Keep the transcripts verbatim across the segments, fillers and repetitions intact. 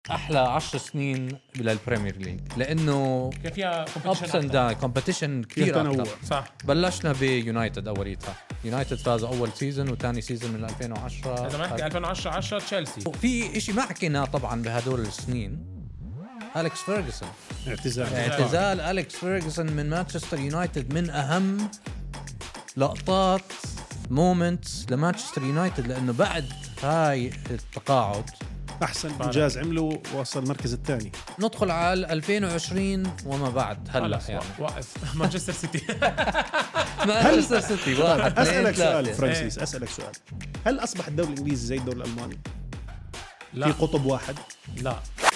احلى عشر سنين للبريمير ليج لانه كان فيها اوبشن دا كومبيتيشن كثير اكثر. صح. بلشنا بيونايتد اوليتها. يونايتد فاز اول سيزون وثاني سيزون من ألفين وعشرة. اذا ما حكي ألفين وعشرة عشرة تشيلسي. وفي إشي ما حكينا طبعا بهدول السنين، أليكس فيرغسون. اعتزال اعتزال أليكس فيرغسون من مانشستر يونايتد من اهم لقطات مومنتس لمانشستر يونايتد، لانه بعد هاي التقاعد احسن انجاز عمله وصل المركز الثاني. ندخل على ألفين وعشرين وما بعد هلا يعني وقف مانشستر سيتي. مانشستر سيتي واحد. اسالك سؤال فرانسيس، اسالك سؤال، هل اصبح الدوري الانجليزي زي الدوري الالماني؟ لا. في قطب واحد؟ لا.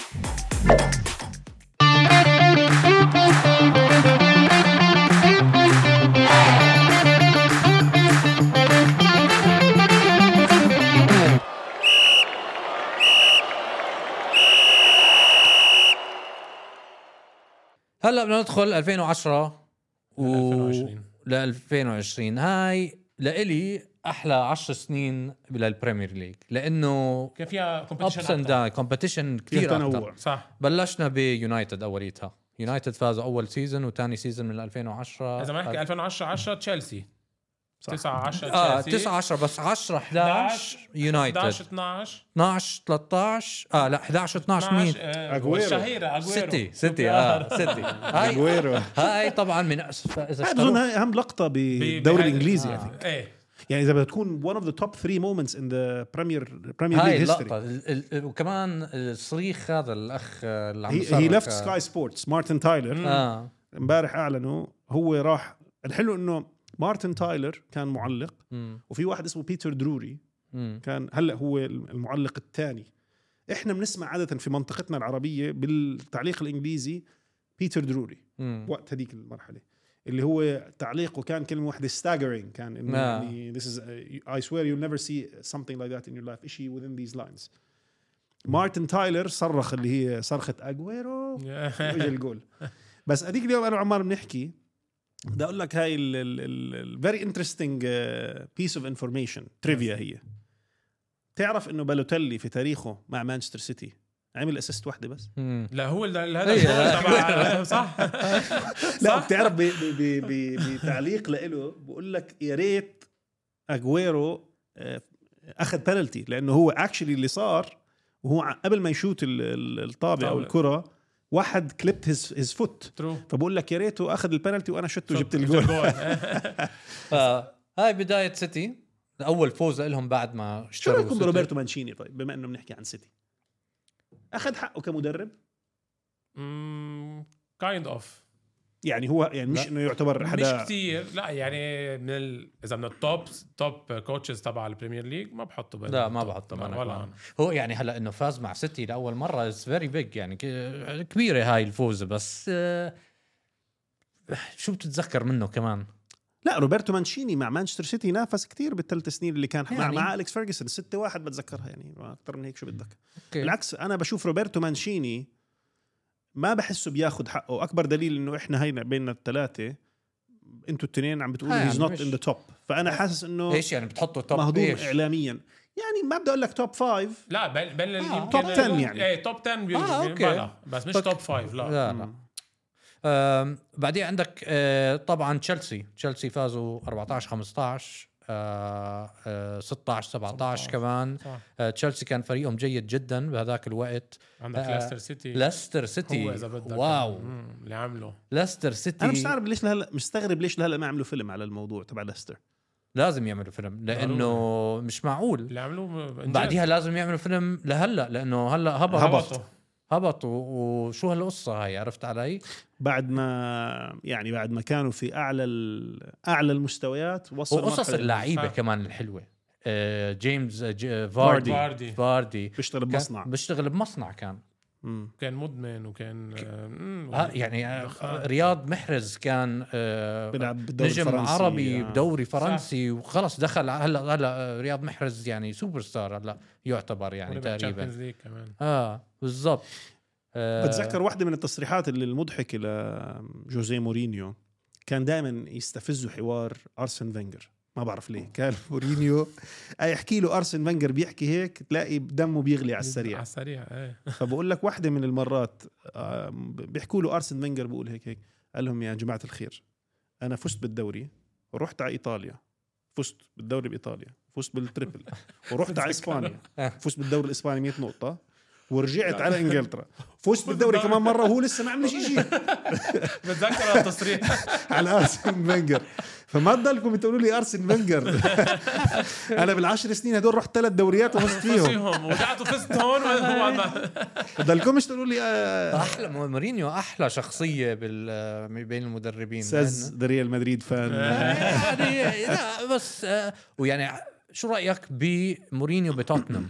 هلا بدنا ندخل ألفين وعشرة و ل ألفين وعشرين. هاي لإلي احلى عشر سنين للبريمير ليج لانه كان فيها كومبيتيشن دا كومبيتيشن كثير اكثر. صح. بلشنا بيونايتد اوليتها. يونايتد فازوا اول سيزون وثاني سيزون من ألفين وعشرة. اذا ما نحكي ألفين وعشرة عشرة تشيلسي. تسعة عشرة اه تسعة عشرة بس عشرة إحدى عشر يونايتد. إحدى عشر اثناشر اثناشر ثلاثة عشر اه لا إحدى عشر اثناشر مين؟ اغويرو. الشهيرة اغويرو. سيتي سيتي اه سيتي. هاي هاي طبعا من اذا اظن هاي اهم لقطة بالدوري الانجليزي. آه. ايه يعني إذا بتكون one of the top three moments in the Premier Premier هاي League history. اللقطة. وكمان الصريخ هذا الأخ اللي عم he, he left Sky Sports مارتن تايلر. آه. امبارح أعلنوا هو راح. الحلو إنه مارتن تايلر كان معلق مم. وفي واحد اسمه بيتر دروري مم. كان هلأ هو المعلق الثاني. إحنا بنسمع عادة في منطقتنا العربية بالتعليق الإنجليزي بيتر دروري. مم. وقت هذيك المرحلة اللي هو تعليقه كان كلمة واحدة staggering، كان إنه يعني this is I swear you'll never see something like that in your life. إشي within these lines. مارتن تايلر صرخ اللي هي صرخة أغويرو وإجا الجول. بس هذيك اليوم أنا وعمار بنحكي بدي أقول لك هاي ال ال very interesting piece of information trivia. هي تعرف إنه بالوتيلي في تاريخه مع مانشستر سيتي عمل أسيست واحدة بس. مم. لا هو هذا تبع صح. لا بتعرف بتعليق له بقول لك يا ريت أغويرو أخذ بنالتي، لأنه هو actually اللي صار وهو قبل ما يشوت الطابة أو الكرة واحد كليبت his his foot. فبقول لك يا ريته أخذ البنالتي وأنا شت وجبت الجول. هاي بداية سيتي، أول فوز لهم بعد ما اشتروا. شو رأيكم بروبرتو مانشيني؟ طيب بما إنه بنحكي عن سيتي، أخذ حقه كمدرب؟ امم كايند اوف يعني هو يعني مش انه يعتبر حدا مش كتير. لا يعني من ال... اذا من التوب توب كوتشز تبع البريمير ليج ما بحطه بين. لا ما بحطه معنا ولا أنا. هو يعني هلا انه فاز مع سيتي لاول مره از فيري بيج، يعني كبيره هاي الفوزه. بس شو بتتذكر منه كمان؟ لا روبرتو مانشيني مع مانشستر سيتي نافس كتير بالثلاث سنين اللي كان يعني مع مع أليكس فيرغسون ستة واحد بتذكرها، يعني اكثر من هيك شو بدك. أوكي. بالعكس انا بشوف روبرتو مانشيني ما بحسه بياخد حقه. اكبر دليل انه احنا هينا بيننا الثلاثه انتوا الاثنين عم بتقولوا هيز نوت ان ذا توب، فانا حاسس انه ايش يعني بتحطه توب مهضوم اعلاميا. يعني ما بدي اقول لك توب فايف، لا بين بين آه توب عشرة يعني. ايه توب عشرة آه بلا بس مش توب خمسة. لا لا, لا. آه بعدين عندك آه طبعا تشيلسي تشيلسي فازوا أربعة عشر خمسة عشر آه آه ستة عشر سبعة عشر كمان. آه تشيلسي كان فريقهم جيد جدا بهذاك الوقت. عندك آه ليستر سيتي. ليستر سيتي واو اللي عمله ليستر سيتي. انا مستغرب ليش لهلا مستغرب ليش لهلا ما عملوا فيلم على الموضوع تبع ليستر. لازم يعملوا فيلم لانه مش معقول اللي عملوه بعديها لازم يعملوا فيلم لهلا، لانه هلا هبط هبط هبط وشو هالقصة هاي، عرفت علي؟ بعد ما يعني بعد ما كانوا في أعلى اعلى المستويات وصلوا وقصص اللعيبة كمان الحلوة. آه جيمس آه فاردي فاردي فاردي بيشتغل بمصنع بيشتغل بمصنع كان مم. كان مدمن وكان آه يعني آه رياض محرز كان آه نجم عربي آه. بدوري فرنسي وخلص دخل هلا هلا رياض محرز يعني سوبر ستار هلا يعتبر يعني تقريبا كمان. اه بالضبط. آه بتذكر واحدة من التصريحات اللي المضحكة لجوزيه مورينيو كان دائما يستفزه حوار أرسن فينجر. ما بعرف ليه كان مورينيو اي يحكي له ارسن فنجر بيحكي هيك تلاقي دمه بيغلي على السريع على السريع ايه. فبقول لك واحدة من المرات بيحكوا له ارسن فنجر بقول هيك هيك قال لهم يا جماعة الخير انا فزت بالدوري ورحت على ايطاليا فزت بالدوري بايطاليا فزت بالتريبل ورحت على اسبانيا فزت بالدوري الاسباني مية نقطة ورجعت على انجلترا فزت بالدوري كمان مرة وهو لسه ما عملش شيء. بتذكر التصريح على ارسن فنجر. فما تضلكم تقولوا لي ارسن فنجر انا بالعشر سنين هدول رحت ثلاث دوريات وفزت فيهم ورجعت وفزت هون. ضلكمش تقولوا لي آه احلى مورينيو احلى شخصيه بال بين المدربين ساز ريال مدريد فان يعني لا بس آه ويعني شو رايك بمورينيو بتوتنهام؟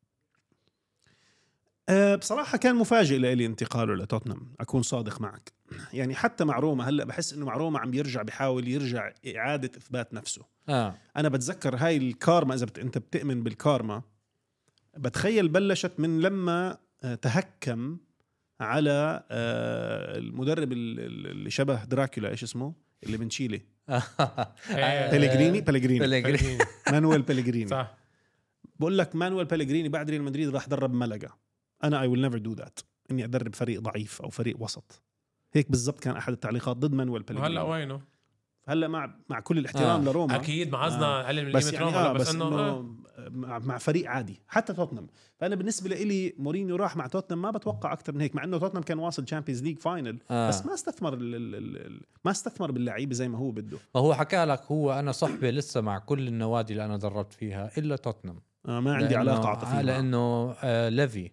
أه بصراحة كان مفاجئ لي انتقاله لتوتنهام أكون صادق معك. يعني حتى مع روما هلأ بحس إنه مع روما عم يرجع بيحاول يرجع إعادة إثبات نفسه. آه. أنا بتذكر هاي الكارما إذا بت... أنت بتؤمن بالكارما بتخيل بلشت من لما تهكم على أه المدرب اللي شبه دراكولا إيش اسمه اللي من تشيلي بيليغريني بيليغريني مانويل بيليغريني صح. بقول لك مانويل بيليغريني بعد ريال مدريد راح درب ملقا. أنا I will never do that إني أدرب فريق ضعيف أو فريق وسط. هيك بالضبط كان أحد التعليقات ضد مانويل بيليغريني. هلا وينه؟ هلا مع مع كل الاحترام آه. لروما أكيد معزنا آه. علم بس يعني روما آه بس, بس إنه آه. مع, مع فريق عادي حتى توتنهام. فأنا بالنسبة لي مورينيو راح مع توتنهام ما بتوقع أكتر من هيك مع إنه توتنهام كان واصل تشامبيونز ليج فاينل آه. بس ما استثمر ال ال ال ما استثمر باللعيبة زي ما هو بده. وهو حكى لك هو أنا صحبة لسه مع كل النوادي اللي أنا دربت فيها إلا توتنهام. آه ما عندي علاقة عاطفية لأنه آه ليفي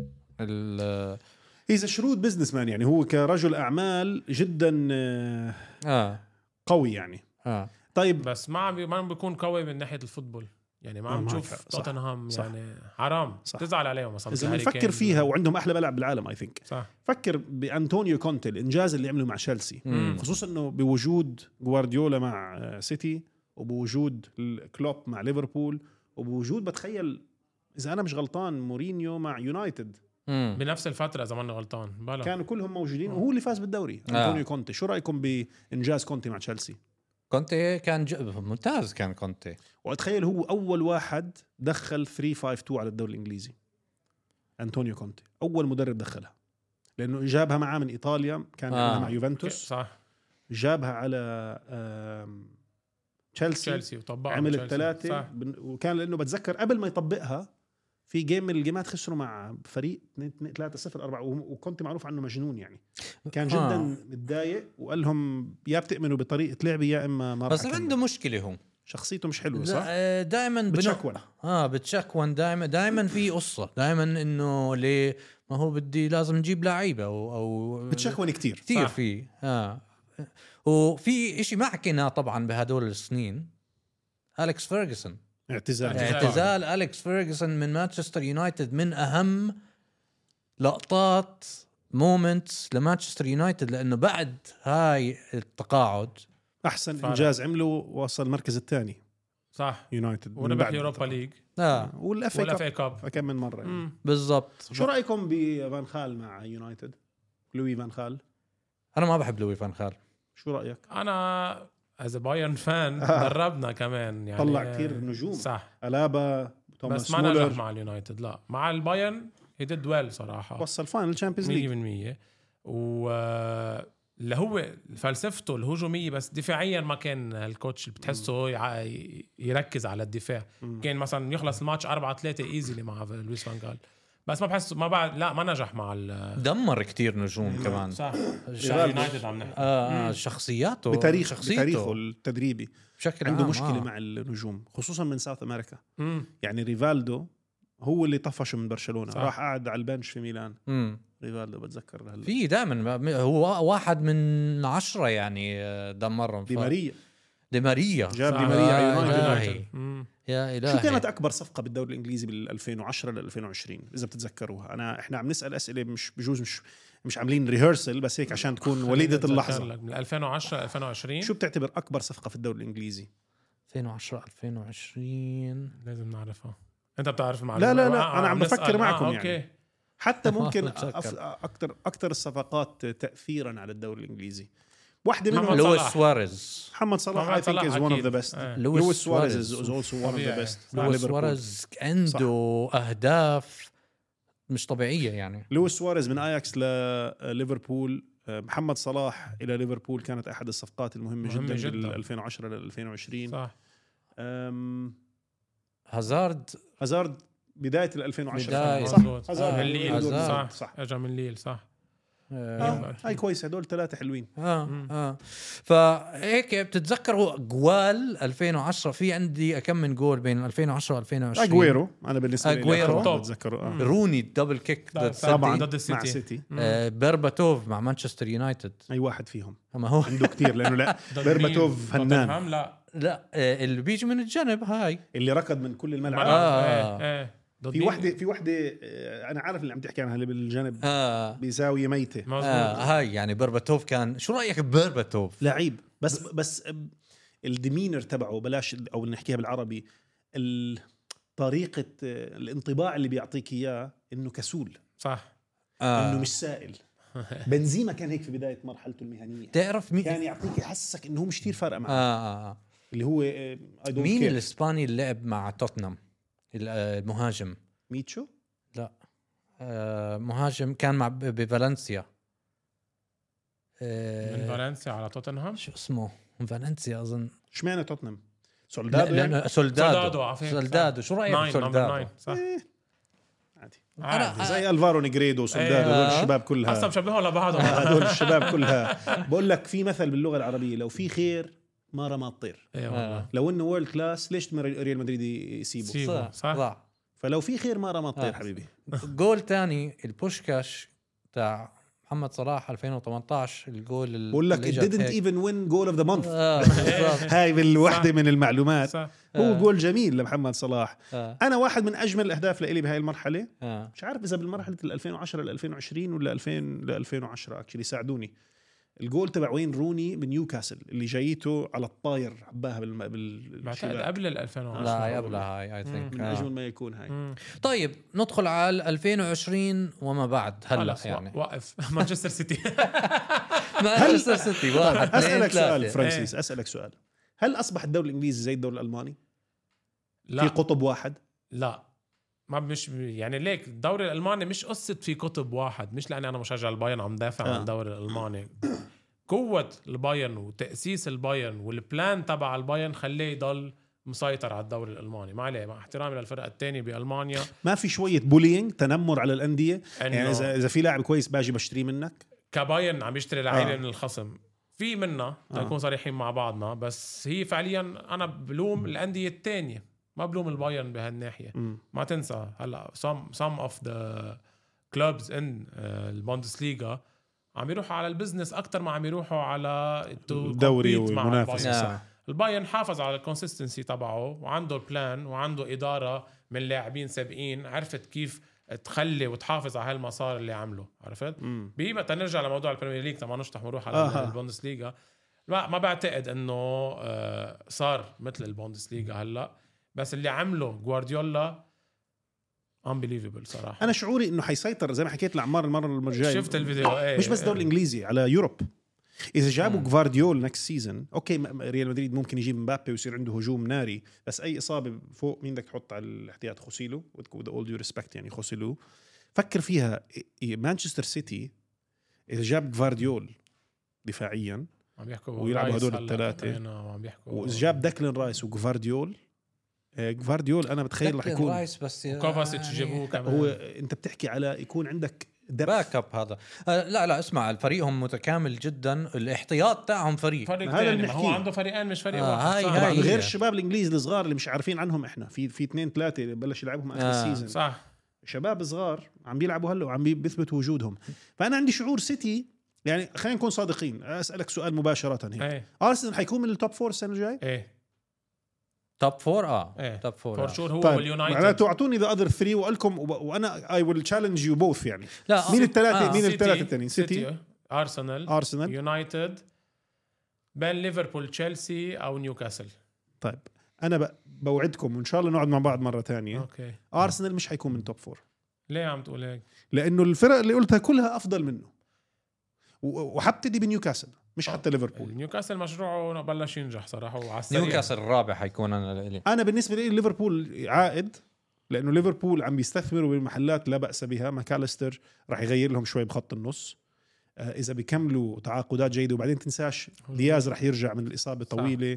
هيز شرود بزنس مان يعني هو كرجل أعمال جدا آه آه. قوي يعني آه. طيب بس ما عم ما بيكون قوي من ناحية الفوتبول يعني ما عم نشوف توتنهام يعني حرام صح. تزعل عليهم اصلا اذا بنفكر فيها وعندهم احلى ملعب بالعالم اي ثينك صح. فكر بانطونيو كونتي الانجاز اللي عمله مع تشيلسي خصوصا انه بوجود جوارديولا مع سيتي وبوجود كلوب مع ليفربول وبوجود بتخيل اذا انا مش غلطان مورينيو مع يونايتد مم. بنفس الفترة إذا ما أنا غلطان بلا. كانوا كلهم موجودين وهو اللي فاز بالدوري آه. أنطونيو كونتي. شو رأيكم بإنجاز كونتي مع تشيلسي؟ كونتي كان ج... ممتاز كان كونتي. وأتخيل هو أول واحد دخل ثلاثة خمسة اثنين على الدوري الإنجليزي. أنطونيو كونتي أول مدرب دخلها لأنه جابها معاه من إيطاليا كان آه. مع يوفنتوس صح. جابها على تشيلسي تشيلسي وطبقها عمل الثلاثة وكان لأنه بتذكر قبل ما يطبقها في جيم من الجيمات خسروا مع فريق ثلاثة صفر أربعة وكنت معروف عنه مجنون يعني كان جدا آه. متضايق وقال لهم يا بتؤمنوا بطريقة لعبي يا إما ما بس عنده مشكلة هو شخصيته مش حلوة صح؟ دائما بتشكون اه بتشكون دائما دائما في قصة دائما إنه ليه ما هو بدي لازم نجيب لعيبة أو, أو بتشكون كتير كتير فيه اه وفي إشي ما حكينا طبعا بهدول السنين أليكس فيرغسون اعتزال اعتزال أليكس فيرغسون من مانشستر يونايتد من أهم لقطات مومنتس لمانشستر يونايتد لأنه بعد هاي التقاعد أحسن فعلا. إنجاز عمله وصل المركز الثاني صح يونايتد وربح يوروبا ليج آه. والأف اي كاب كم من مرة يعني. بالضبط. شو رأيكم بفان خال مع يونايتد لوي فان خال؟ أنا ما بحب لوي فان خال. شو رأيك؟ أنا از بايرن فان دربنا كمان يعني طلع كتير نجوم صح ألابا بس ما نجح مع اليونايتد لا مع البايرن هي ديد ويل صراحة وصل فاينل تشامبيونز ليج مية بالمية واللي هو فلسفته الهجومية بس دفاعيا ما كان الكوتش بتحسه يركز على الدفاع مم. كان مثلا يخلص الماتش أربعة ثلاثة ايزي مع لويس فان غال بس ما بحس ما بعد لا ما نجح مع دمر كتير نجوم كمان صح يونايتد عم نحكي آه شخصياته بتاريخ شخصيته بتاريخه التدريبي بشكل عنده عام. مشكلة آه. مع النجوم خصوصا من ساوث أمريكا مم. يعني ريفالدو هو اللي طفشه من برشلونة صح. راح قاعد على البنش في ميلان مم. ريفالدو بتذكر هلا في دائما هو واحد من عشرة يعني دمرهم دي ماريا دي ماريا جاب دي ماريا على يونايتد يا إلهي شو كانت أكبر صفقة بالدوري الإنجليزي بال ألفين وعشرة ل ألفين وعشرين إذا بتتذكروها أنا إحنا عم نسأل أسئلة مش بجوز مش مش عاملين ريهرسل بس هيك عشان تكون وليدة اللحظة من ألفين وعشرة ألفين وعشرين شو بتعتبر أكبر صفقة في الدوري الإنجليزي ألفين وعشرة ألفين وعشرين لازم نعرفها أنت بتعرف المعلومة لا لا لا آه أنا عم بفكر معكم آه يعني أوكي. حتى ممكن أف... أكتر أكتر الصفقات تأثيرا على الدوري الإنجليزي واحده منهم لويس سواريز. محمد صلاح I think is one of the best. لويس سواريز is also one of the best. لويس سواريز عنده أهداف مش طبيعية يعني. لويس سواريز من اياكس لليفربول. محمد صلاح الى ليفربول كانت احد الصفقات المهمه جدا, جداً بال ألفين وعشرة ل ألفين وعشرين. صح. هازارد هازارد بدايه ال ألفين وعشرة. بداية. صح. هازارد من ليل. صح. صح اجى من ليل. صح. آه. هاي كويس. هدول ثلاثه حلوين. اه اه فهيك بتتذكروا جوال ألفين وعشرة. في عندي كم من جول بين ألفين وعشرة وألفين وعشرين. اغويرو انا بالنسبه لي بتذكره. آه. روني دبل كيك طبعا ضد السيتي. مع سيتي. آه بيرباتوف مع مانشستر يونايتد. اي واحد فيهم ما هو عنده كتير لانه لا بيرباتوف فنان. لا لا آه اللي بيجي من الجنب هاي اللي ركض من كل الملعب. آه. ايه ايه في وحده في وحده انا عارف اللي عم تحكي عنها اللي بالجنب آه. بزاويه ميته. آه. هاي يعني بيرباتوف كان شو رايك ببيرباتوف؟ لعيب بس بس الديمينر تبعه بلاش او نحكيها بالعربي طريقه الانطباع اللي بيعطيك اياه انه كسول. صح. آه. انه مش سائل. بنزيما كان هيك في بدايه مرحلته المهنيه. تعرف مين كان يعطيك يحسسك انه هو مش كثير فارقه معه. آه. آه. اللي هو مين care. الاسباني اللي لعب مع توتنهام المهاجم ميتشو؟ لا آه مهاجم كان مع بفالنسيا. آه من فالنسيا على توتنهام. شو اسمه؟ من فالنسيا اظن. اشمعنى توتنهام؟ سولدادو يعني؟ سولدادو سولدادو شو رايك سولدادو؟ صح. إيه. عادي. عادي زي الفارو نيغريدو سولدادو. هذول ايه. الشباب كلها اصلا مشبههم لبعضهم. هذول الشباب كلها. بقول لك في مثل باللغه العربيه لو في خير ما رمى الطير. ايه والله. لو انه وورلد كلاس ليش ريال مدريد يسيبه؟ صح. صح. صح. فلو في خير ما رمى الطير. آه. حبيبي. جول تاني البوشكاش تاع محمد صلاح ألفين وثمانية عشر. الجول بقول لك it didn't هيك. even win goal of the month. آه. هاي بالوحدة من المعلومات. صح. هو آه. جول جميل لمحمد صلاح. آه. أنا واحد من أجمل الأهداف لإلي بهاي المرحلة. آه. مش عارف إذا بالمرحلة ألفين وعشرة ل ألفين وعشرين ولا ألفين ل ألفين وعشرة أكشلي ساعدوني. الجول تبع وين روني بنيوكاسل اللي جايته على الطاير عباها بال بعتقد قبل ال ألفين وعشرة. لا قبلها هاي اي ثينك. من أجمل ما يكون هاي. مم. طيب ندخل على ألفين وعشرين وما بعد. هلا يعني وقف مانشستر سيتي. مانشستر سيتي واحد. أسألك سؤال فرانسيس. أسألك سؤال. هل أصبح الدوري الإنجليزي زي الدوري الألماني؟ لا. في قطب واحد؟ لا ما مش يعني ليك الدوري الألماني مش قصة في قطب واحد. مش لأني أنا مشجع البايرن عم دافع آه. عن الدوري الألماني. قوة البايرن وتأسيس البايرن والبلان تبع البايرن خليه يضل مسيطر على الدوري الألماني. ما عليه مع احترامي للفرق التانية بألمانيا. ما في شوية بولينج تنمر على الأندية يعني إذا إذا في لاعب كويس باجي بشتري منك كبايرن عم يشتري لاعبين آه. من الخصم في منا آه. نكون صريحين مع بعضنا. بس هي فعليا أنا بلوم الأندية التانية ما بلوم البايرن بهالناحية. م. ما تنسى هلا some some of the clubs in البوندسليغا عم يروحوا على البزنس أكتر ما عم يروحوا على الدوري والمنافسة. البايرن حافظ على الكونسيستنسي تبعه وعنده البلان وعنده إدارة من لاعبين سابقين عرفت كيف تخلي وتحافظ على هالمسار اللي عمله. عرفت بيما تنرجع لموضوع البريمير ليج تما نشطح ونروح على آه. البوندسليغا. ما ما بعتقد انه آه صار مثل البوندسليغا هلا. بس اللي عمله جوارديولا unbelievable صراحة. أنا شعوري إنه حيسيطر زي ما حكيت لعمار المرة الجاية. شفت الفيديو ايه مش بس الدوري الإنجليزي على يوروب. إذا جابوا جوارديول نكست سيزن أوكي ريال مدريد ممكن يجيب مبابي ويصير عنده هجوم ناري. بس أي إصابة فوق مين بدك تحط على الاحتياط؟ خوسيلو with all due respect يعني خوسيلو. فكر فيها مانشستر سيتي إذا جاب جوارديول دفاعيا عم يحكوا ويلعبوا هدول الثلاثة وإذا جاب داكلين رايس وجوارديول جوارديول أنا بتخيل رح يكون رايس بس وكوفاسيتش جابوه كمان. هو أنت بتحكي على يكون عندك باك اب هذا. آه لا لا اسمع الفريقهم متكامل جدا. الاحتياط تاعهم فريق, فريق هذا اللي هو عنده فريقين مش فريق آه واحد. هاي هاي غير الشباب الانجليز الصغار اللي مش عارفين عنهم احنا في في اثنين ثلاثه بلش يلعبهم اخر آه السيزون صح. شباب صغار عم بيلعبوا هلا وعم بيثبتوا وجودهم. فانا عندي شعور سيتي يعني خلينا نكون صادقين. اسالك سؤال مباشره هيك ايه. ارسنال حيكون من التوب فور السنه الجاي؟ ايه توب فور اه ايه. توب فور فور شور هو طيب. واليونايتد. معناته اعطوني ذا اذر ثري وقلكم وانا اي ويل تشالنج يو بوث يعني. لا مين الثلاثه آه. مين الثلاثه الثانيين؟ سيتي ارسنال ارسنال يونايتد بين ليفربول تشيلسي او نيوكاسل. طيب انا بوعدكم وان شاء الله نقعد مع بعض مره ثانيه. اوكي ارسنال مش حيكون من توب فور. ليه عم تقول هيك؟ لانه الفرق اللي قلتها كلها افضل منه وحبتدي بنيوكاسل. مش حتى ليفربول. نيوكاسل مشروعه بلش ينجح صراحه وعلى السريع. نيوكاسل الرابع حيكون انا لي. انا بالنسبه لي ليفربول عائد، لانه ليفربول عم بيستثمروا بالمحلات لا باس بها. ماكاليستر راح يغير لهم شوي بخط النص آه اذا بيكملوا تعاقدات جيده. وبعدين تنساش دياز راح يرجع من الاصابه طويله.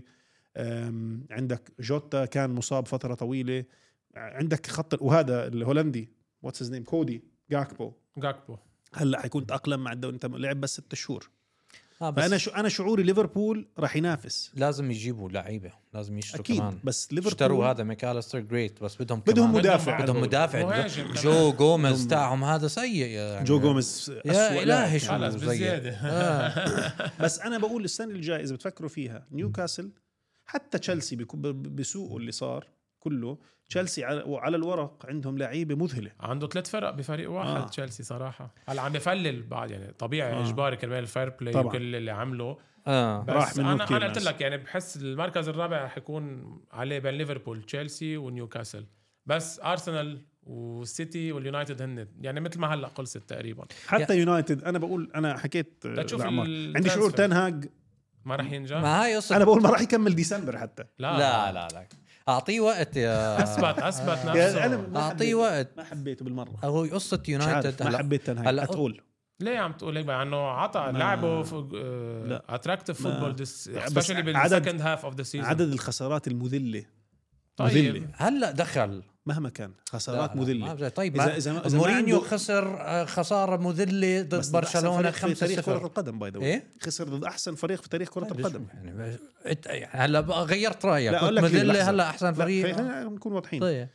عندك جوتا كان مصاب فتره طويله. عندك خط وهذا الهولندي واتس هيز نيم كودي جاكبو جاكبو هلا حيكون تأقلم مع الدوري. انت لعب بس ستة شهور. آه بس فانا شو انا شعوري ليفربول راح ينافس. لازم يجيبوا لعيبه، لازم يشتروا اكيد كمان. بس ليفربول اشتروا هذا ماكاليستر جريت، بس بدهم بدهم كمان مدافع. بدهم مدافع. مهاجم جو جوميز تاعهم هذا سيء يعني. جو جوميز يا إلهي شو خلص زي بزياده. آه. بس انا بقول السنه الجايه اذا بتفكروا فيها نيوكاسل حتى تشيلسي بسوقه اللي صار كله. تشيلسي على الورق عندهم لعيبه مذهله. عنده ثلاث فرق بفريق واحد. آه. تشيلسي صراحه هلا عم بفلل بعد يعني طبيعي آه. اجباري كرمال الفاير بلاي طبعاً. وكل اللي عمله. اه راح بس منه انا كتير انا قلت ناس. لك يعني بحس المركز الرابع رح يكون عليه بين ليفربول تشيلسي ونيوكاسل. بس ارسنال والسيتي واليونايتد هن يعني مثل ما هلا قلت تقريبا. حتى يونايتد انا بقول انا حكيت تشوف لعمر. ال- عندي شعور الترانسفير. تنهاج ما رح ينجح. ما هي قصة. انا بقول ما راح يكمل ديسمبر حتى. لا لا لا لا اعطيه وقت يا اثبت اثبت يعني نفسه. انا ما اعطيه حبيته. وقت. ما حبيته بالمره. هو قصة مش يونايتد عارف ما هلا حبيت تنهاج هلا هتقول ليه عم تقول هيك بقى انه عطى لعبه لا. اتراكتيف فوتبول ديس بس سبيشلي عدد- بالسكند هاف اوف ذا سيزون. عدد الخسارات المذله طيب. مذله هلا دخل مهما كان خسارات لا، لا، مذله. ما بزي- طيب إذا- ما- إذا- إذا ما مورينيو عنده- خسر آه، خسارة مذلة ضد بس ضد أحسن برشلونة فريق في خمسة تاريخ كرة صفر. القدم باي ذا إيه؟ خسر ضد احسن فريق في تاريخ كرة القدم. يعني إت- يعني هلا بقى غيرت رايك. لا، أقول كنت لك ليه، مذلة لحظة. هلا احسن لا فريق. خلينا نكون واضحين. طيب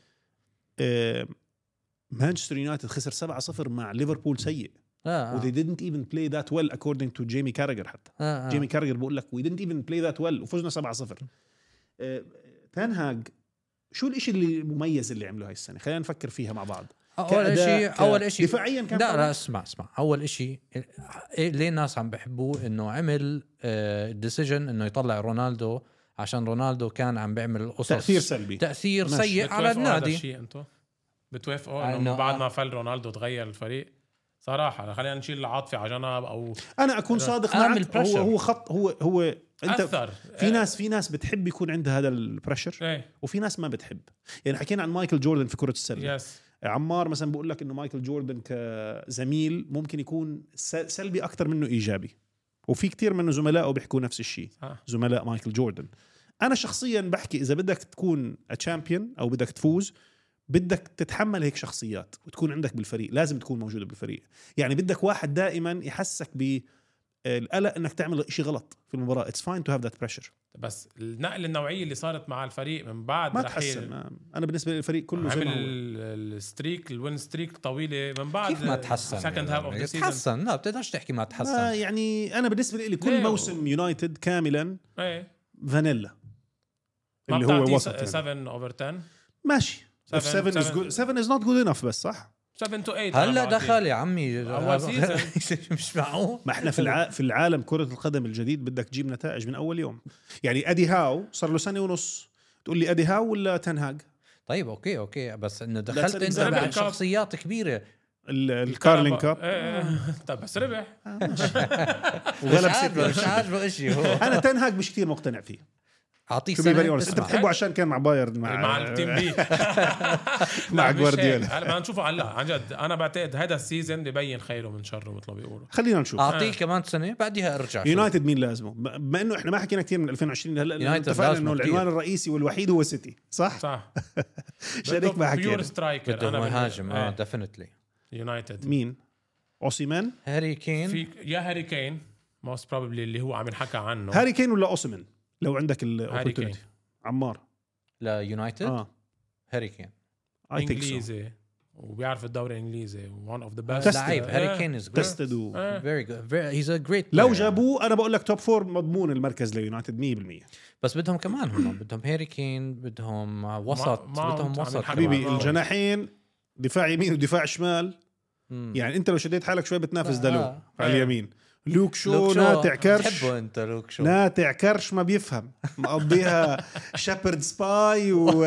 آه، مانشستر يونايتد خسر سبعة صفر مع ليفربول سيء. اه و they didn't even play that well according to جيمي كاراجر. حتى آه. آه. جيمي كاراجر بقول لك we didn't even play that well وفزنا سبعة صفر. آه، تنهاج شو الاشي اللي مميز اللي عمله هاي السنة؟ خلينا نفكر فيها مع بعض. اول كأداء، شيء ك- اول شيء دفاعيا كان لا قوي. لا اسمع اسمع اول شيء إيه ليه الناس عم بحبوه انه عمل ديسيجن انه يطلع رونالدو عشان رونالدو كان عم بيعمل قصص تأثير سلبي. تاثير ماشي. سيء على بتوافقوا هذا النادي. الشيء انتم بتوافقوا إنه انه بعد آه. ما فل رونالدو تغير الفريق صراحه؟ خلينا نشيل العاطفه على جنب او انا اكون صادق أعمل معك. هو pressure. هو خط هو هو انت اثر في ناس في ناس بتحب يكون عندها هذا البريشر ايه وفي ناس ما بتحب. يعني حكينا عن مايكل جوردن في كرة السلة. يس عمار مثلا بقول لك انه مايكل جوردن كزميل ممكن يكون س- سلبي اكثر منه ايجابي. وفي كتير منه زملائه بيحكوا نفس الشيء. صح. زملاء مايكل جوردن. انا شخصيا بحكي اذا بدك تكون تشامبيون او بدك تفوز بدك تتحمل هيك شخصيات وتكون عندك بالفريق. لازم تكون موجودة بالفريق. يعني بدك واحد دائما يحسك بالقلق انك تعمل شيء غلط في المباراة. it's fine to have that pressure. بس النقل النوعيه اللي صارت مع الفريق من بعد ما رحيل- تحسن. ما- انا بالنسبة للفريق كله زي عمل ما هو. الستريك الوين ستريك طويله من بعد كيف ما تحسن سكند هاف اوف ذا سيزون. تحسن لا بتقدرش تحكي ما ما تحسن. يعني انا بالنسبة لي كل ليه؟ موسم يونايتد كاملا ايه فانيلا ما اللي هو بتعطيه وسط يعني. سبعة اوفر عشرة ماشي. If seven- seven is seven- good seven is not good enough بس صح. سبعة تو ثمانية هلا دخل يا عمي أول سيزون. مش معقول. ما احنا في الع... في العالم كرة القدم الجديد بدك تجيب نتائج من اول يوم. يعني ادي هاو صار له سنة ونص تقول لي ادي هاو ولا تنهاج؟ طيب اوكي اوكي بس انه That's دخلت an انت example. بعد شخصيات كبيره. ال- الكارلين كاب ايه ايه طب بس ربح مش وغلب عاجبه مش سيتي. عاجبه شيء هو. انا تنهاج مش كتير مقتنع فيه. اعطيه شو بيبري سنه اونست انت اسمع. بتحبه عشان كان مع بايرن مع مع التيم بي مع لا، مش جوارديولا. هيك. هلا بدنا نشوفه هلا عن جد انا بعتقد هذا السيزون ببين خيره من شره مثل ما بيقولوا. خلينا نشوف. اعطيه آه. كمان سنه بعدها ارجع. يونايتد مين لازمه؟ بما انه احنا ما حكينا كثير من ألفين وعشرين هلا يونايتد اتفقنا لازمه انه كتير. العنوان الرئيسي والوحيد هو سيتي صح؟ صح عشان هيك ما بيور حكينا. سترايكر بده انا مهاجم اه اه ديفينتلي. يونايتد مين؟ اوسيمان؟ هاري كين في يا هاري كين موست بروبلي اللي هو عم ينحكى عنه. هاري كين ولا اوسيمان؟ لو عندك هاري كين الاوبورتونيتي. عمار ليونايتد اه هاري كين اي ثينك سو. انجليزي وبيعرف الدوري الانجليزي وون اوف ذا Tested. بيست لعيب هاري كين از تستد فيري جود هيز ا جريت. لو جابوه انا بقول لك توب فور مضمون المركز ليونايتد مية بالمية. بس بدهم كمان هم بدهم هاري كين بدهم وسط ما- بدهم عم وسط ينحكى حبيبي معه. الجناحين دفاع يمين ودفاع شمال. مم. يعني انت لو شديت حالك شوي بتنافس آه. دالو آه. على اليمين. لوك شو لوك شو ناتع كرش. تحبه انت لوك شو. ناتع كرش ما بيفهم مقضيها شابرد سباي و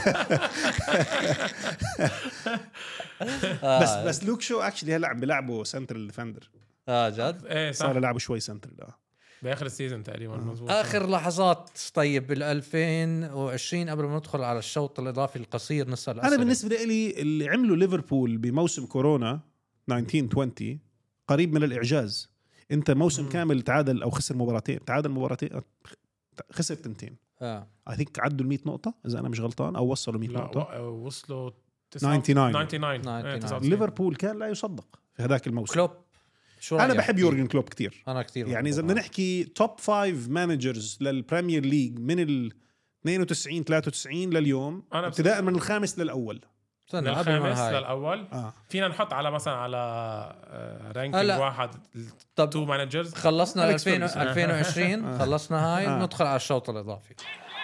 آه. بس بس لوك شو اكشلي هلا عم بيلعبوا سنترال ديفندر. اه جد ايه صح صار يلعبوا شوي سنترال. اه باخر السيزون تقريبا مزبوط. اخر لحظات طيب بال ألفين وعشرين قبل ما ندخل على الشوط الاضافي القصير نسال انا بالنسبه لي اللي عمله ليفربول بموسم كورونا تسعة عشر عشرين قريب من الاعجاز. انت موسم م. كامل تعادل او خسر مباراتين، تعادل مباراتين خسر تنتين اه اي ثينك عدوا مية نقطه اذا انا مش غلطان، او وصلوا مية لا نقطه و... وصلوا تسعة وتسعين تسعة وتسعين. ليفربول كان لا يصدق في هذاك الموسم. كلوب شو انا بحب يورجن كلوب كتير. انا كتير يعني اذا بدنا نحكي توب فايف مانجرز للبريمير ليج من ال اثنين وتسعين ثلاثة وتسعين لليوم، ابتداء من الخامس للأول. من الخامس للأول آه. فينا نحط على مثلا على رانكينج واحد طب تو مانجرز. خلصنا ألفين وعشرين خلصنا هاي آه. ندخل على الشوط الإضافي.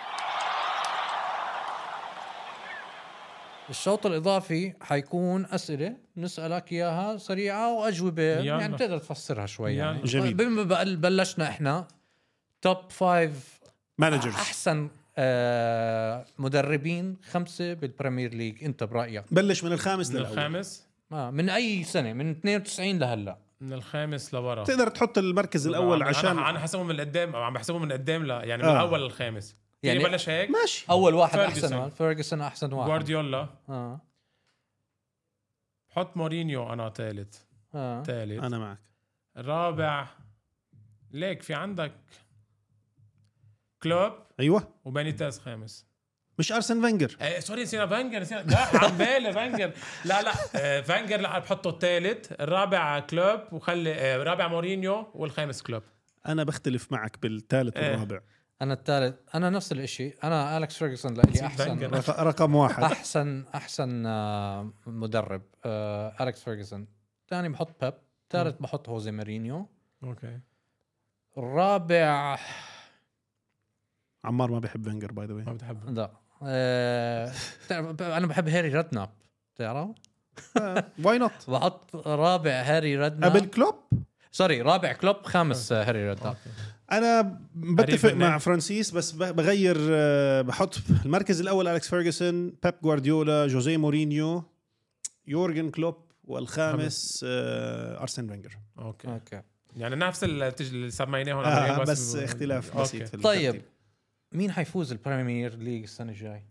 الشوط الإضافي حيكون أسئلة نسألك إياها سريعة وأجوبة يلا. يعني تقدر تفسرها شوي يعني. جميل. بما بلشنا إحنا توب فايف مانجرز أحسن آه مدربين خمسة بالبريمير ليج، أنت برأيك؟ بلش من الخامس من للأول. الخامس آه من أي سنة؟ من اثنين وتسعين لهلا. من الخامس لورا تقدر تحط المركز الأول عشان أنا حسبه من قدام، عم بحسبه من قدام لا يعني من آه. الأول للخامس يعني بلش هيك ماشي. أول واحد فيرجسون. أحسن فيرجسون أحسن واحد. غوارديولا آه. حط مورينيو أنا ثالث آه. ثالث أنا معك. الرابع ليك في عندك كلوب أيوة وبينيتاز خامس. مش أرسن فينجر. ايه سوري نسينا فانجر نسينا لا عم بالي فانجر لا لا آه فانجر لا بحطه الثالث، الرابع كلوب وخلي آه رابع مورينيو والخامس كلوب. أنا بختلف معك بالثالث إيه. والرابع. أنا الثالث أنا نفس الإشي. أنا أليكس فيرغسون لي أحسن رق- رقم واحد أحسن أحسن آه مدرب آه أليكس فيرغسون. ثاني بحط بيب، ثالث بحط هوزي مورينيو. اوكي الرابع عمار ما بيحب فينجر باي ذا ما واي. بتحبه لا آه أنا بحب هاري ريدناب تعرف واي نوت. بحط رابع هاري ريدناب قبل كلوب. سوري رابع كلوب خامس آه هاري ريدناب. أنا بتفق قريب مع منك. فرانسيس بس ب- بغير آه، بحط المركز الأول أليكس فيرغسون، بيب غوارديولا، جوزيه مورينيو، يورجن كلوب، والخامس آه، أرسن فينجر. اوكي أوكي يعني نفس اللي تج- اللي سميناهم آه بس, بس اختلاف أوكي. بسيط في طيب الترتيب. مين حيفوز البريمير ليج السنة الجاي؟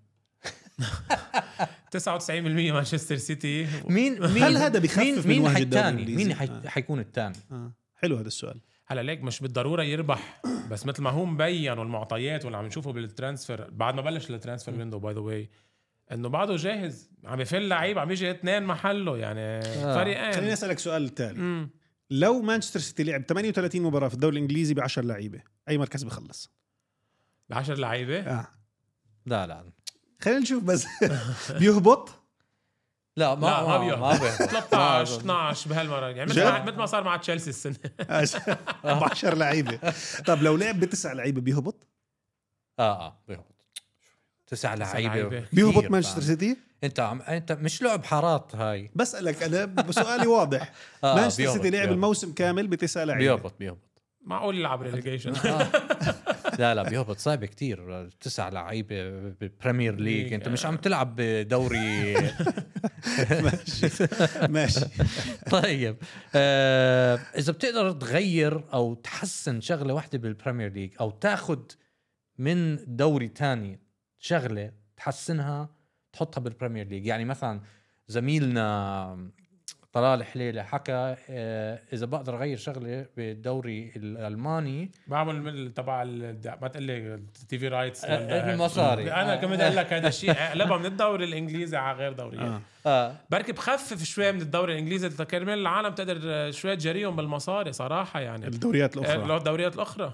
تسعة وتسعين بالمية مانشستر سيتي. مين مين هل هذا بيخفف مين من مين واجب حيتاني؟ الدوري مين الإنجليزي؟ حي... آه. حيكون الثاني؟ آه. حلو هذا السؤال. هلا ليك مش بالضروره يربح بس مثل ما هو مبين والمعطيات واللي عم نشوفه بالترانسفير بعد ما بلش الترانسفير ويندو باي ذا واي انه بعده جاهز عم يفل لعيب عم يجي اثنين محله يعني آه. فريقين. خليني أسألك سؤال التالي. امم لو مانشستر سيتي لعب ثمانية وثلاثين مباراة في الدوري الإنجليزي ب عشرة لعيبة، أي مركز بخلص؟ ب عشرة لعيبه آه. لا لا خلينا نشوف بس بيهبط. لا ما لا ما ما بيهبط. بيهبط. ثلاثة عشر اثناشر بهالمره يعني مثل ما مثل ما صار مع تشيلسي السنه. ب عشرة لعيبة. طب لو لعب بتسع لعيبة بيهبط؟ اه اه بيهبط. تسع لعيبه لعيبة. كتير بيهبط طبعاً. مانشستر سيتي؟ انت عم انت مش لعب حارات هاي. بسألك أنا بسؤالي واضح. آه مانشستر بيهبط، سيتي لعب بيهبط. الموسم كامل بتسع لعيبة. بيهبط بيهبط معقول يلعب ريليجيشن. آه. لا لا بيهبط صعب كتير. تسع لعيبه بالبريمير ليج انت مش عم تلعب بدوري. ماشي ماشي. طيب آه اذا بتقدر تغير او تحسن شغله واحده بالبريمير ليج او تاخذ من دوري تاني شغله تحسنها تحطها بالبريمير ليج، يعني مثلا زميلنا طلال حليله حكى آه اذا بقدر اغير شغله بالدوري الالماني بعمل من تبع ال- ما تقول لي التي في رايتس آه، المصاري. انا آه. كمان اقول لك هذا الشيء اقلبها من الدوري الانجليزي على غير دوري. آه. اه بركي بخفف شوي من الدوري الانجليزي تكرمل العالم تقدر شوي تجريهم بالمصاري صراحه يعني الدوريات آه، الأخرى. الدوريات الاخرى.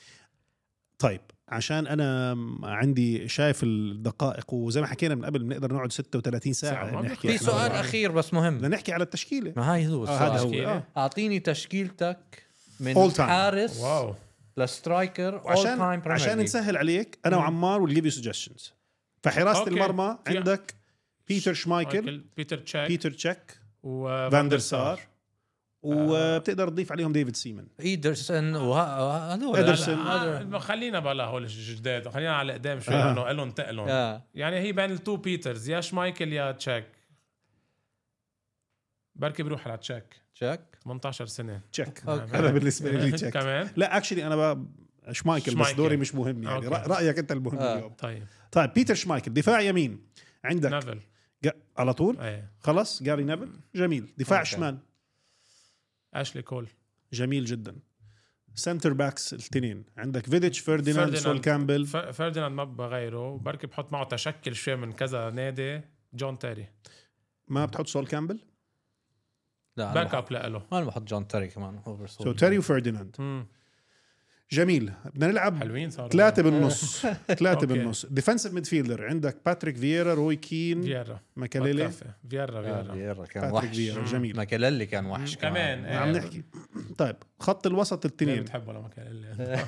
طيب عشان أنا عندي شايف الدقائق وزي ما حكينا من قبل بنقدر نقعد ستة وثلاثين ساعة، ساعة ما نحكي. في إحنا سؤال طبعاً. اخير بس مهم. بدنا نحكي على التشكيلة. ما هاي هو آه هذا السؤال. هو. تشكيلة. آه. اعطيني تشكيلتك من All time. حارس واو لسترايكر all عشان time Premier عشان League. نسهل عليك أنا وعمار والجيف يو سجستشنز. فحراسة أوكي. المرمى في- عندك بيتر شمايكل، مايكل بيتر تشاك بيتر تشيك، وفاندر سار، وبتقدر تضيف عليهم ديفيد سيمن. ايدرسون وهذول إيدرسون. آه خلينا بلا هول الجداد خلينا على قدام شوي آه. لانه لهم تقلهم آه. يعني هي بين التو بيترز يا شمايكل يا تشاك. بركي بروح على تشاك. تشيك ثمانية عشر سنة تشيك أوكي. هذا بالنسبه لي تشيك. كمان لا اكشلي انا بقى شمايكل بس شمايكل. دوري مش مهم يعني أوكي. رأ- رايك انت المهم آه. اليوم. طيب طيب بيتر شمايكل دفاع يمين عندك نافل جا... على طول ايه خلص جاري نيفل جميل. دفاع أوكي. شمال اشلي كول جميل جدا. سنتر باكس الاثنين عندك فيديتش فرديناند فرديناند. سول كامبل. ف- فرديناند ما بغيره بركي بحط معه تشكل شوي من كذا نادي. جون تيري ما بتحط سول كامبل. لا أنا باك بحط- اب لإله. انا بحط جون تيري كمان اوفر سو سول. تيري وفرديناند مم. جميل. بدنا نلعب حلوين صاروا ثلاثة بالنص ثلاثة أوكي. بالنص. ديفنسيف ميدفيلدر عندك باتريك فييرا روي كين فييرا ماكاليلي. بكفي. فييرا آه، فييرا فييرا كان باتريك وحش. فييرا جميل. ماكاليلي كان وحش كمان، كمان إيه. عم نحكي. طيب خط الوسط مين التنين. بتحبه لما كان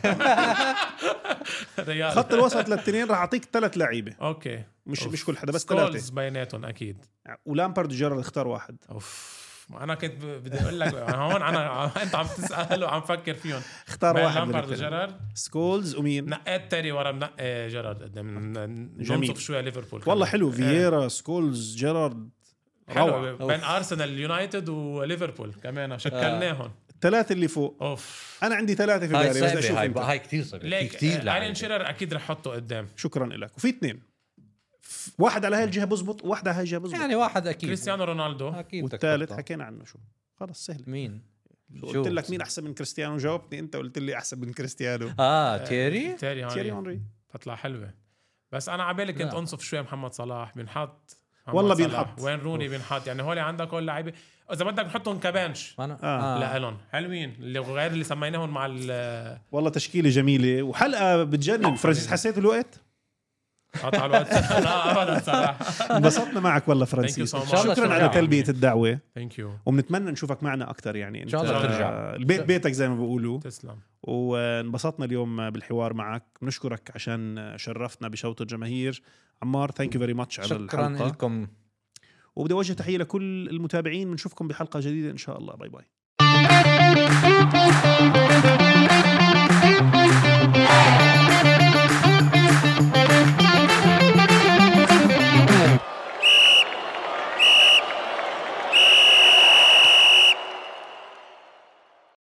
ريال خط الوسط للتنين راح اعطيك ثلاث لعيبه اوكي مش أوف. مش كل حدا بس سكولز ثلاثه. بيناتهم اكيد. ولامبارد وجيرارد اختار واحد. اوف انا كنت ب- بدي اقول لك هون انا انت عم تسال وعم فكر فيهم. اختار بين واحد من لامبارد الثلاثة. وجيرارد سكولز ومين. نقيت تيري ورا منقي جيرارد قدام جميل. ننصف شويه ليفربول والله كمان. حلو إيه. فييرا سكولز جيرارد حلو روعة. بين ارسنال يونايتد وليفربول كمان شكلناهم. الثلاثة اللي فوق. اوف انا عندي ثلاثة في هاي بالي بس بدي صعبة اشوف هاي انت. هاي كثير صعبة في ليك كثير الين لاعبين. شيرر اكيد رح احطه قدام. شكرا لك. وفي اثنين واحد على هاي الجهة بزبط وواحد على هاي الجهة بزبط. يعني واحد اكيد كريستيانو رونالدو اكيد بدك والثالث تحطه. حكينا عنه شو خلص سهل. مين؟ قلت لك مين احسن من كريستيانو جاوبتني انت قلت لي احسن من كريستيانو. اه تيري. تيري تيري هونري اونري. تطلع حلوه. بس انا عبالي كنت لا. انصف شوي محمد صلاح بنحط محمد والله صلاح. بينحط. وين روني بينحط يعني هول عندك هول لعيبه اذا بدك نحطهم كبنش انا آه. لا لهم حلوين اللي غير اللي سميناهم مع ال والله تشكيلة جميلة وحلقة بتجنن. فرانسيس حسيت الوقت قطع الوقت. لا ابدا صراحه. انبسطنا معك والله فرانسيس. Thank you so much. شكرا على شكراً. تلبية الدعوة ثانك يو وبنتمنى نشوفك معنا اكثر يعني. إن شاء الله أنت- ترجع. البيت بيتك زي ما بيقولوا. تسلم. وانبسطنا اليوم بالحوار معك. بنشكرك عشان شرفتنا بشوط الجماهير. عمار ثانك يو فيري ماتش على شكرا الحلقة. لكم. وبدي اوجه تحية لكل المتابعين. بنشوفكم بحلقة جديدة ان شاء الله. باي باي.